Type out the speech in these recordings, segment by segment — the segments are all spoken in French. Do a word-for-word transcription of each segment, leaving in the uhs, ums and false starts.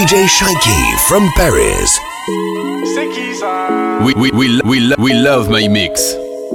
D J Shanky from Paris. We, we, we, we, we love my mix.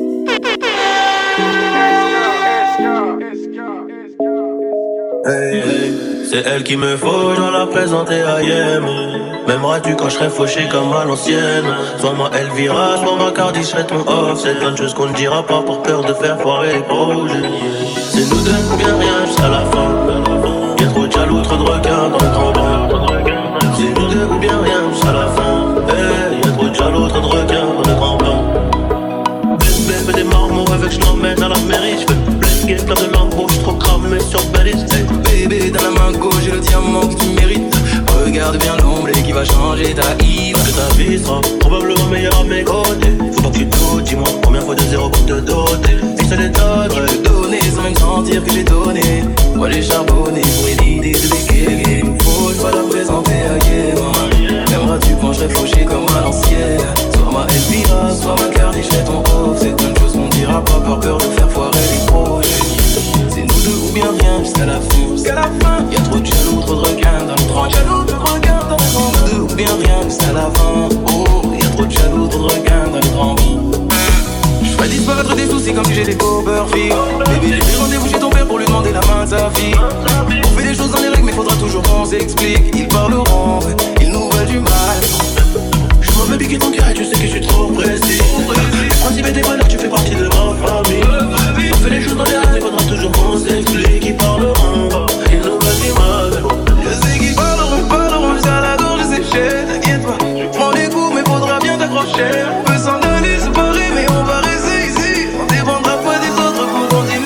Hey, hey, c'est elle qu'il me faut, je dois la présenter à Yem. M'aimeras-tu quand je serai fauché comme à l'ancienne? Soit ma Elvira, soit ma Cardi, je serai ton off. C'est plein de choses qu'on ne dira pas pour peur de faire foirer les projets. C'est nous deux ou bien rien jusqu'à la fin. Y'a trop de jaloux, trop de requins dans le grand bain. C'est nous deux ou bien rien jusqu'à la fin. Hey, y'a trop de jaloux, trop de requins dans le grand bain. Bébé, fais des marmots avec je l'emmène à la mairie. J'fais blinguer, plein de lambeaux, j'suis trop cramé sur Bellis. Hey, bébé, dans la main gauche, j'ai le diamant que tu mérites. Regarde bien l'ombre qui va changer ta vie. Parce que ta vie sera probablement meilleure à mes côtés. Faut pas que tu doutes, dis-moi combien fois de zéro pour te doter. Si ça détonne, je vais donner sans même sentir que j'ai donné. Moi j'ai charbonné pour une idée de dégueuler. Faut pas la présenter à Guéma. M'aimeras-tu quand je serai fauché comme à l'ancienne? Soit ma Elvira, soit ma Cardi, je serai ton off. C'est plein de choses qu'on dira pas par peur de faire foirer les projets. C'est nous deux ou bien rien jusqu'à la fin. Jusqu'à la fin, y'a trop de jaloux, trop de requins dans le grand jaloux, trop de requins dans le grand. Nous deux ou bien rien jusqu'à la fin. Oh, y'a trop de jaloux, trop de requins dans le grand bain. J'fais disparaître des soucis comme si j'étais Copperfield. Bébé, j'ai pris rendez-vous chez ton père pour lui demander la main de sa fille. On fait les choses dans les règles, mais faudra toujours qu'on s'explique. Ils parleront, ils nous veulent du mal. Je m'en vais piquer ton cœur et tu sais que je suis trop précis. Les principes et tes valeurs, tu fais partie de ma famille. On fait les choses dans les règles, mais faudra toujours qu'on s'explique. Ils parleront, ils nous veulent du mal. Je sais qu'ils parleront, parleront jusqu'à la gorge séchée. T'inquiète pas, je prends des coups, mais faudra bien t'accrocher. On peut s'en aller, se barrer, mais on va rester ici. On dépendra pas des autres pour continuer.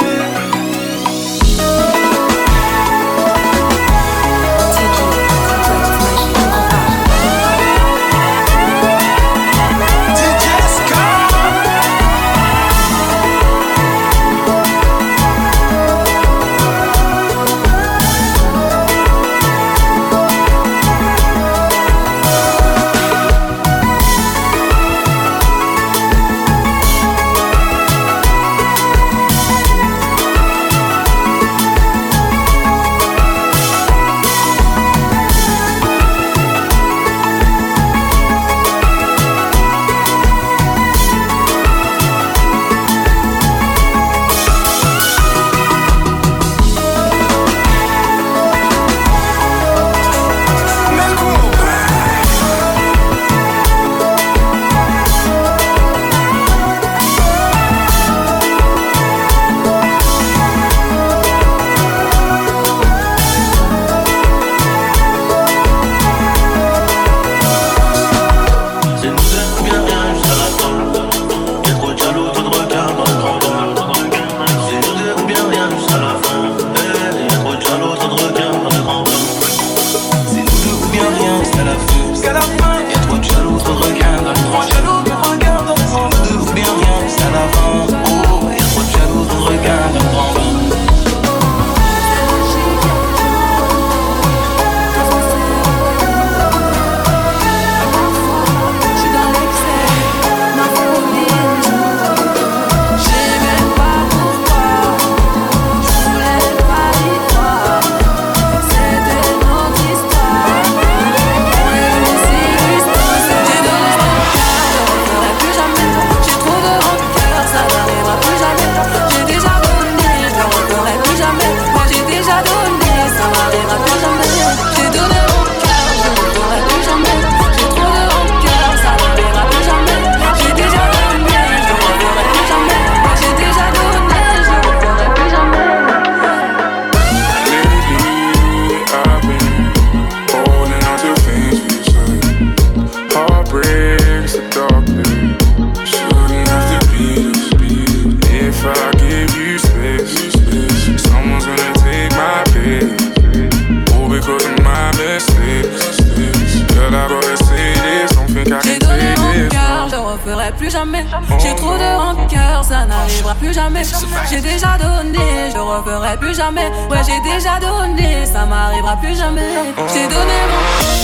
J'ai trop de rancœur, ça n'arrivera plus jamais. J'ai déjà donné, je referai plus jamais. Ouais, j'ai déjà donné, ça m'arrivera plus jamais. J'ai donné mon...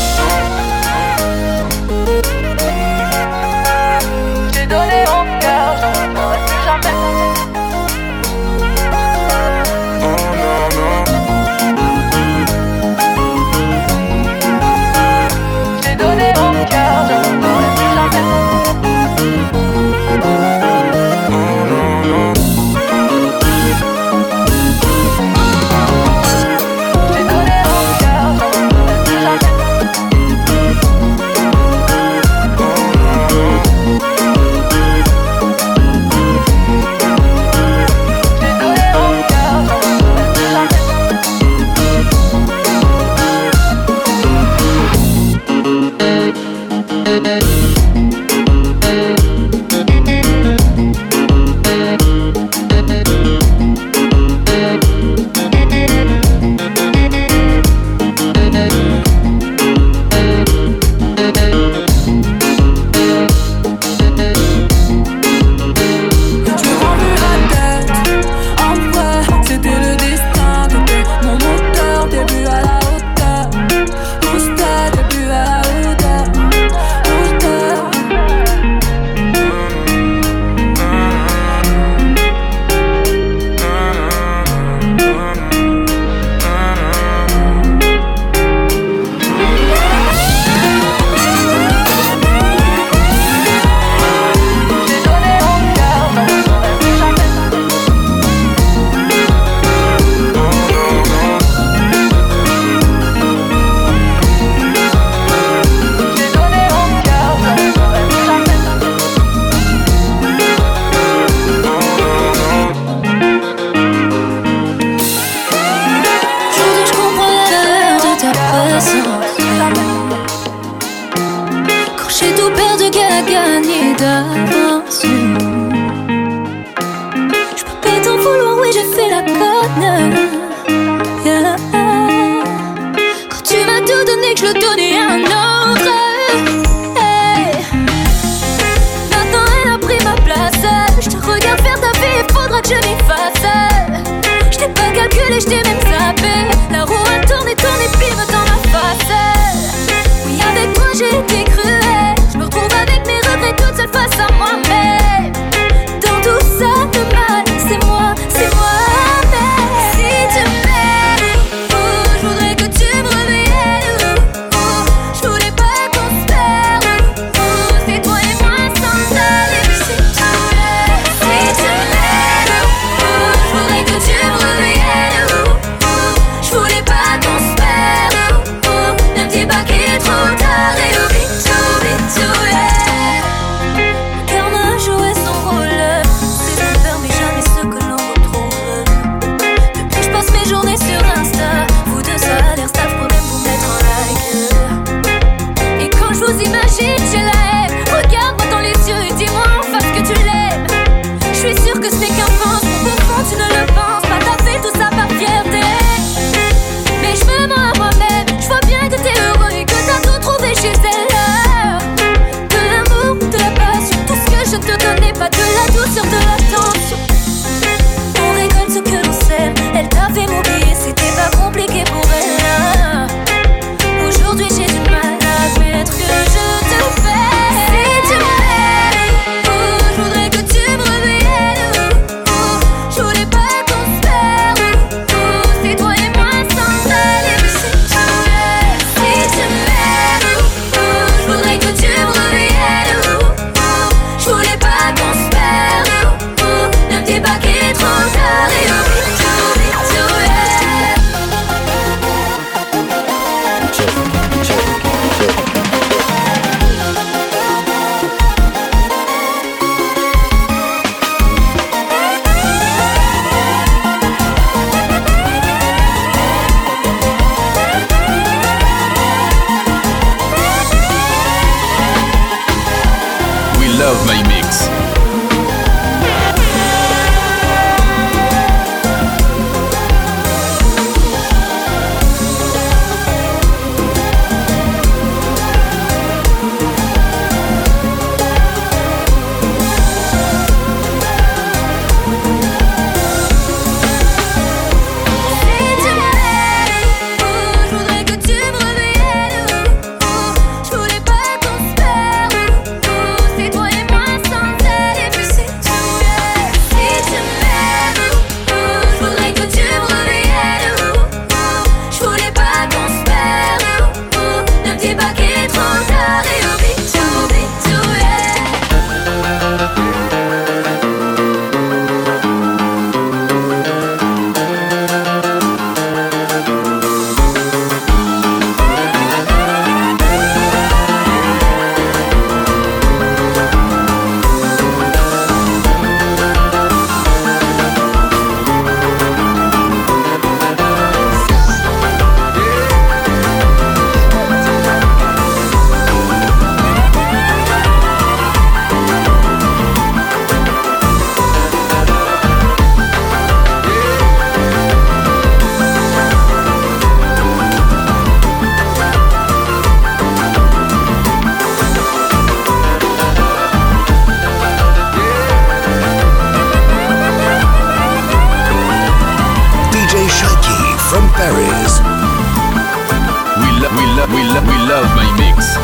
J'ai donné mon cœur, je referai plus jamais. Oh non, non. ça sans toi. Quand j'ai tout perdu, qu'elle a gagné d'avance. J'peux pas t'en vouloir, oui j'ai fait la conne. Yeah. Quand tu m'as tout donné, que je le donnais à un autre. Hey. Maintenant elle a pris ma place. Je te regarde faire ta vie, il faudra que je m'y fasse. Je t'ai pas calculé, je t'ai même zappé. La roue a tourné, tourné, pile dans ma face. Oui, avec toi j'ai été cruelle. Je me retrouve avec mes regrets toute seule face à moi-même. Dans tout ça, le mal, c'est moi, c'est moi-même. Si tu m'aimes, oh, je voudrais que tu me reviennes. Oh, oh, je voulais pas qu'on se perde. Oh, oh, c'est toi et moi sans aller. Si tu m'aimes, si tu m'aimes, oh, je voudrais que tu me reviennes. Oh, oh, je voulais pas qu'on se perde. Oh, oh, ne dis pas qu'il est trop tard. Et oh, vite, oh, vite, oh, yeah. Le karma a joué son rôle. C'est ce qu'on perd mais jamais ce que l'on retrouve. Depuis je passe mes journées sur Insta. Vous deux ça a l'air stable, je pourrais même vous mettre un like. Et quand je vous imagine, j'ai la haine. Regarde-moi dans les yeux et dis-moi enfin que tu l'aimes. Je suis sûre que ce n'est qu'un mensonge. Au fond tu ne le penses pas, t'as fait tout ça par fierté. Mais je me mens à moi-même. Je vois bien que t'es heureux et que t'as tout trouvé chez elle. De l'amour, de la passion, tout ce que je ne te donnais pas, de la douceur, de l'attention. On récolte ce que l'on sème. Elle t'a fait m'oublier, c'était pas compliqué pour elle. Aujourd'hui j'ai du mal à admettre que je te fais. Si tu m'aimes, oh, je voudrais que tu me reviennes. Oh, oh, je voulais pas qu'on se perde. Oh, oh, c'est toi et moi sans aller. Si tu m'aimes, si tu m'aimes, oh, je voudrais que tu me reviennes. Oh, oh, je voulais pas qu'on se perde. Oh, oh, ne me dis pas qu'il est trop tard. Et oh, vite, oh, vite, oh, yeah. We love my mix. Si tu m'aimes, oh, je voudrais que tu me reviennes. Oh, oh, je voulais pas qu'on se perde. Oh, oh, c'est toi et moi sans elle. Et puis si tu m'aimes, si tu m'aimes, oh, je voudrais que tu me reviennes. Oh, oh, je voulais pas qu'on se perde. Oh, oh, ne me dis pas qu'il est trop tard. Et oh, vite, oh, vite, oh, yeah. D J Shaky from Paris. We love, we love, we love, we love my mix.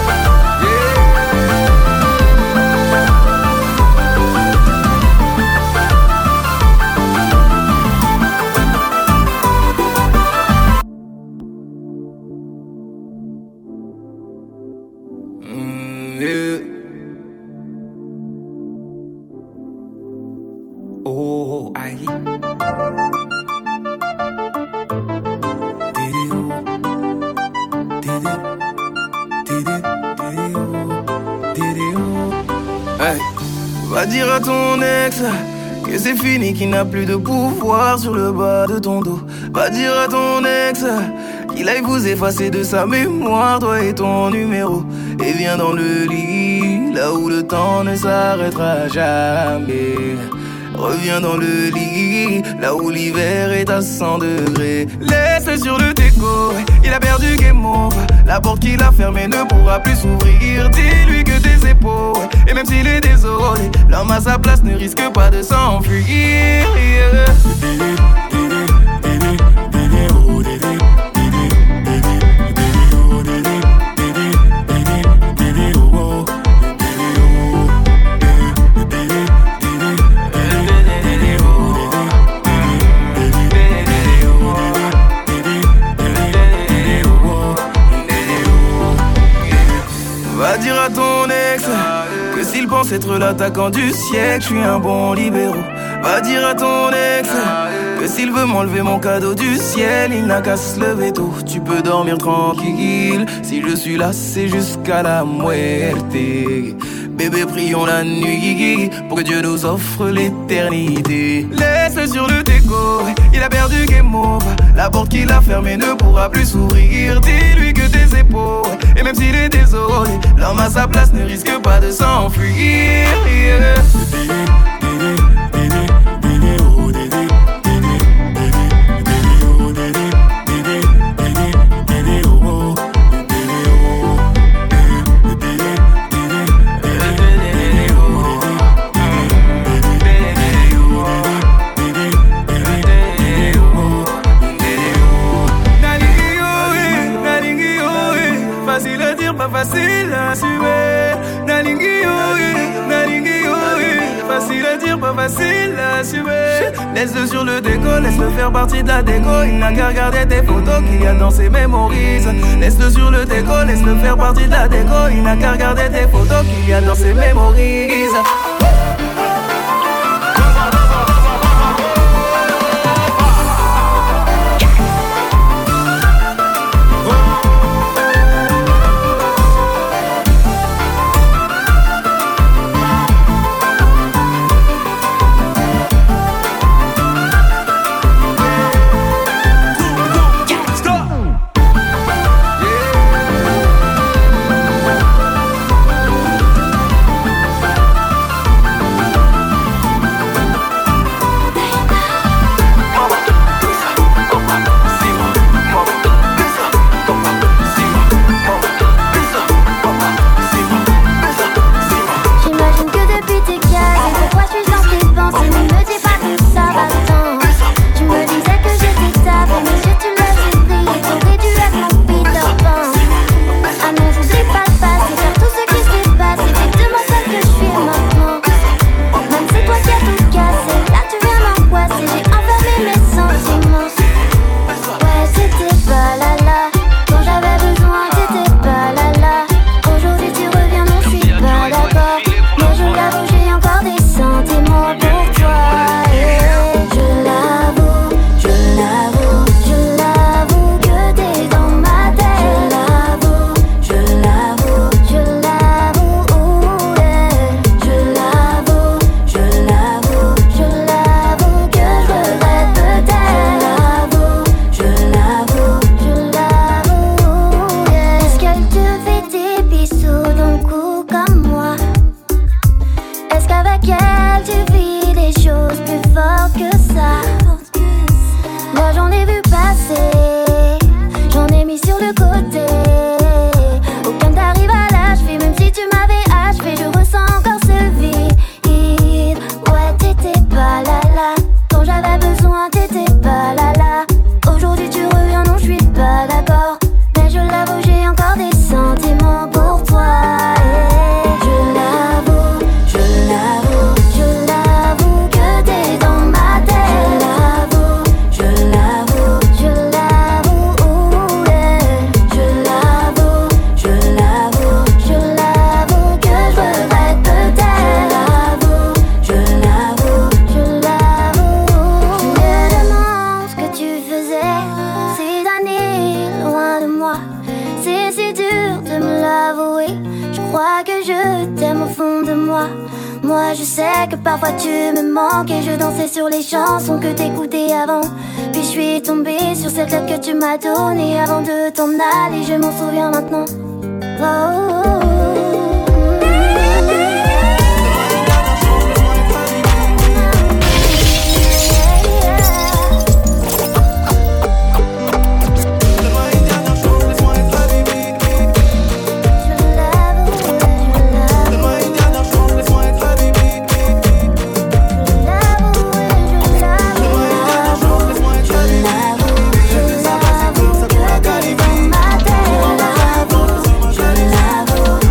Mm, yeah. Oh, aïe. Hey, va dire à ton ex que c'est fini, qu'il n'a plus de pouvoir sur le bas de ton dos. Va dire à ton ex qu'il aille vous effacer de sa mémoire, toi et ton numéro. Et viens dans le lit, là où le temps ne s'arrêtera jamais. Reviens dans le lit, là où l'hiver est à cent degrés. Laisse-le sur le déco, il a perdu game over. La porte qu'il a fermée ne pourra plus s'ouvrir. Dis-lui que tes épaules, et même s'il est désolé, l'homme à sa place ne risque pas de s'enfuir. Yeah. Va dire à ton ex que s'il pense être l'attaquant du siècle, je suis un bon libéraux. Va dire à ton ex que s'il veut m'enlever mon cadeau du ciel, il n'a qu'à se lever tôt. Tu peux dormir tranquille, si je suis là c'est jusqu'à la muerte. Bébé, prions la nuit pour que Dieu nous offre l'éternité. Laisse-le sur le déco, il a perdu game over. La porte qu'il a fermée ne pourra plus s'ouvrir. Dis-lui que tes épaules, et même s'il est désolé, l'homme à sa place ne risque pas de s'enfuir. Yeah. Facile à assumer, nalingi oui, nalingi oui. Facile à dire, pas facile à assumer. Laisse-le sur le déco, laisse-le faire partie de la déco. Il n'a qu'à regarder tes photos qu'il y a dans ses mémorises. Laisse-le sur le déco, laisse-le faire partie de la déco. Il n'a qu'à regarder tes photos qu'il y a dans ses mémorises. Moi je sais que parfois tu me manques et je dansais sur les chansons que t'écoutais avant. Puis je suis tombée sur cette lettre que tu m'as donnée avant de t'en aller, je m'en souviens maintenant. Oh, oh, oh. Je l'avoue,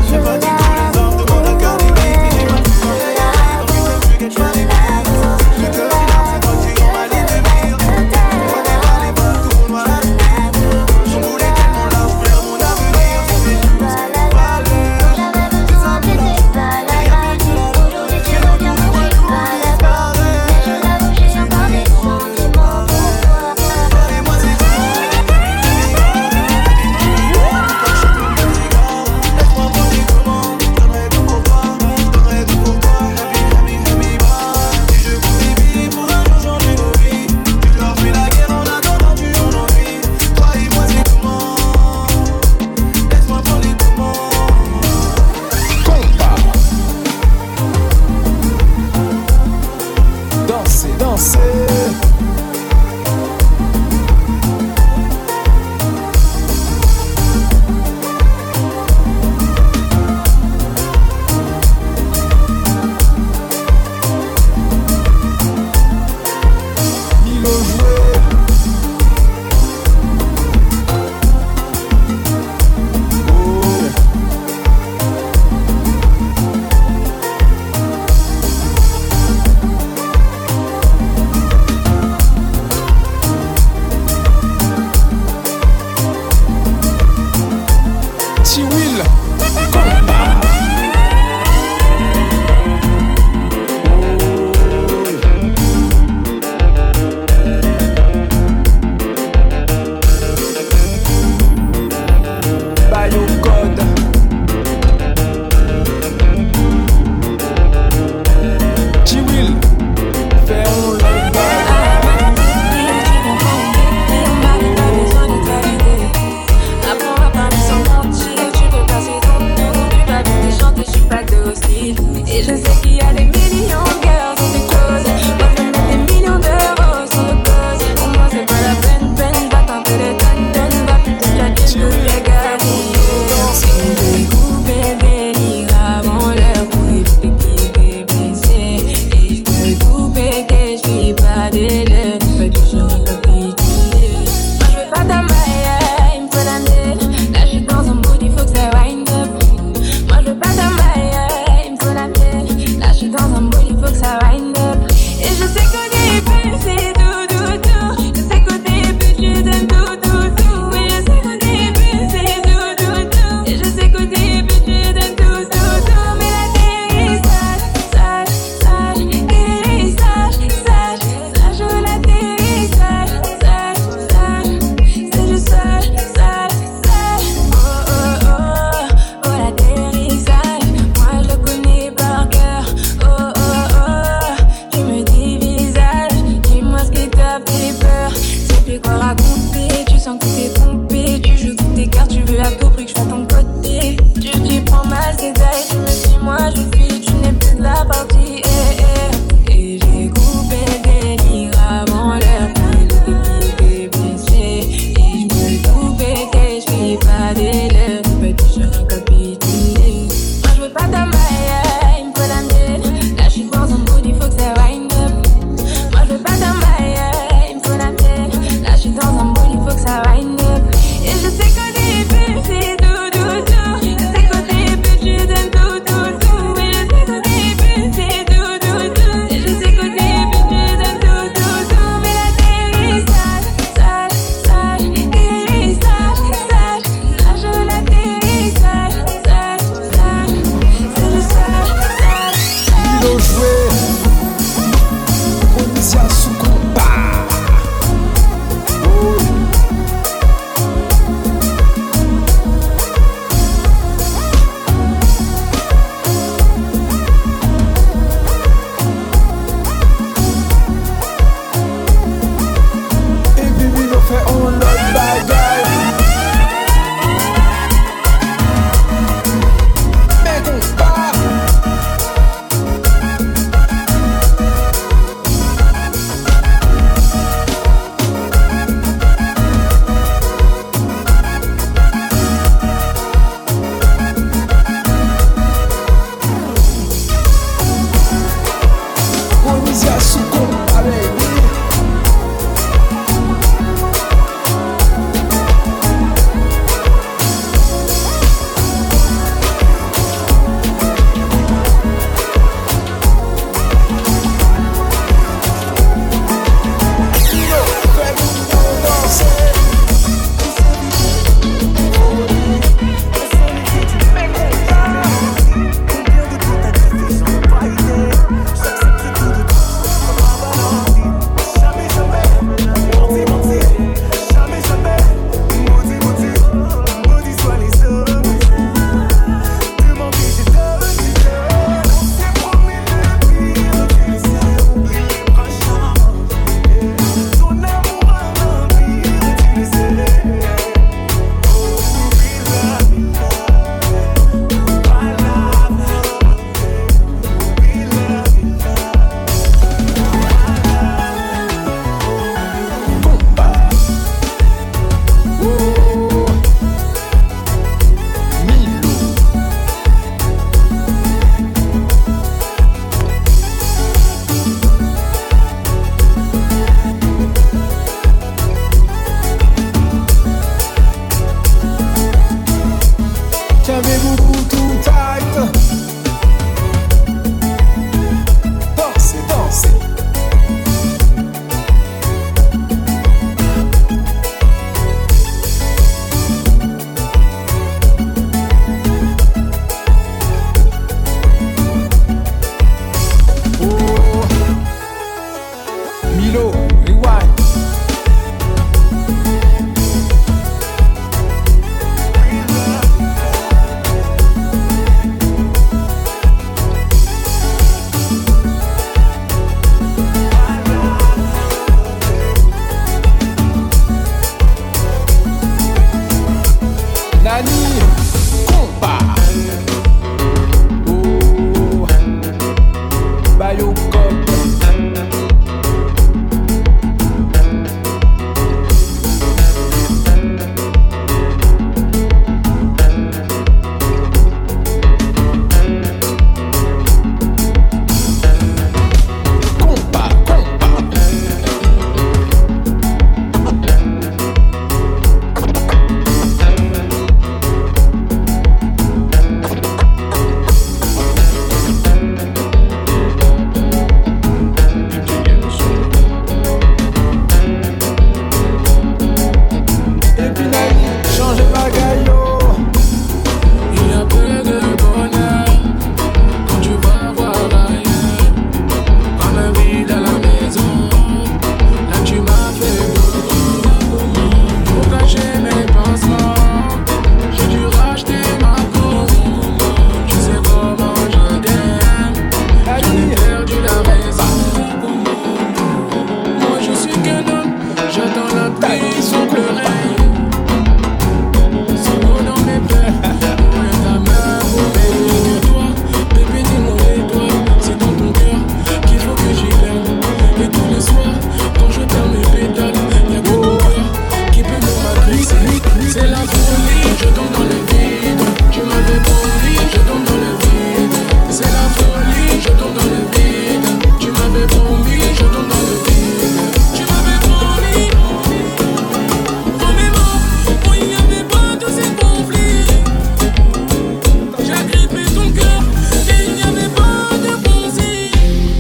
C'est la folie, je tombe dans le vide. Tu m'avais promis, je tombe dans le vide. C'est la folie, je tombe dans le vide. Tu m'avais promis, je tombe dans le vide. Tu m'avais promis. Promets-moi, quand il n'y avait pas tous ces conflits. J'ai agrippé ton cœur et il n'y avait pas de pensée.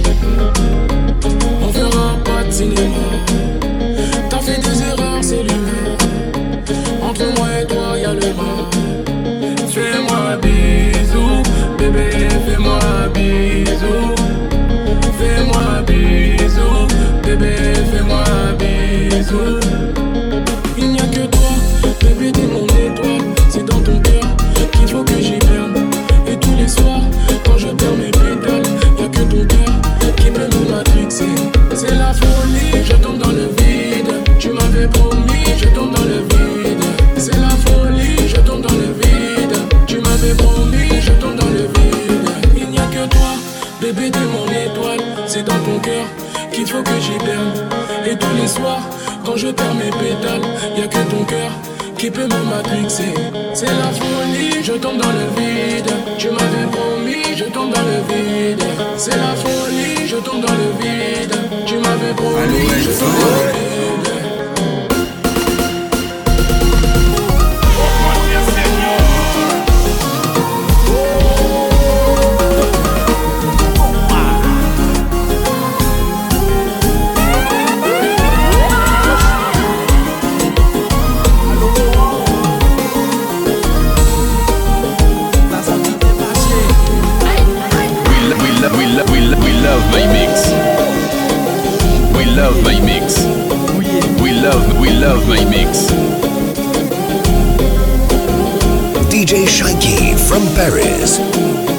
On fera pas de cinéma. T'as fait des erreurs, c'est l'humain. Entre moi et toi y'a le mal. Fais-moi bisou, bébé, fais-moi bisou. Fais-moi bisou, bébé, fais-moi bisou. Il n'y a que toi, bébé, t'es mon étoile. C'est dans ton cœur qu'il faut que j'y perde. Et tous les soirs, quand je perds mes pétales, y'a que ton cœur qui peut me matrixer. C'est la folie, je tombe dans le vide. Tu m'avais promis, je tombe dans le vide. C'est la folie, je tombe dans le vide. Tu m'avais promis, je tombe dans le vide. Il n'y a que toi, bébé, t'es mon étoile. C'est dans ton cœur qu'il faut que j'y perde. Et tous les soirs, quand je perds mes pétales, y'a que ton cœur qui peut me matrixer. C'est la folie, je tombe dans le vide. Tu m'avais promis, je tombe dans le vide. C'est la folie, je tombe dans le vide. Tu m'avais promis, je tombe dans le vide. My mix. We love my mix. We love, we love my mix. D J Shaggy from Paris.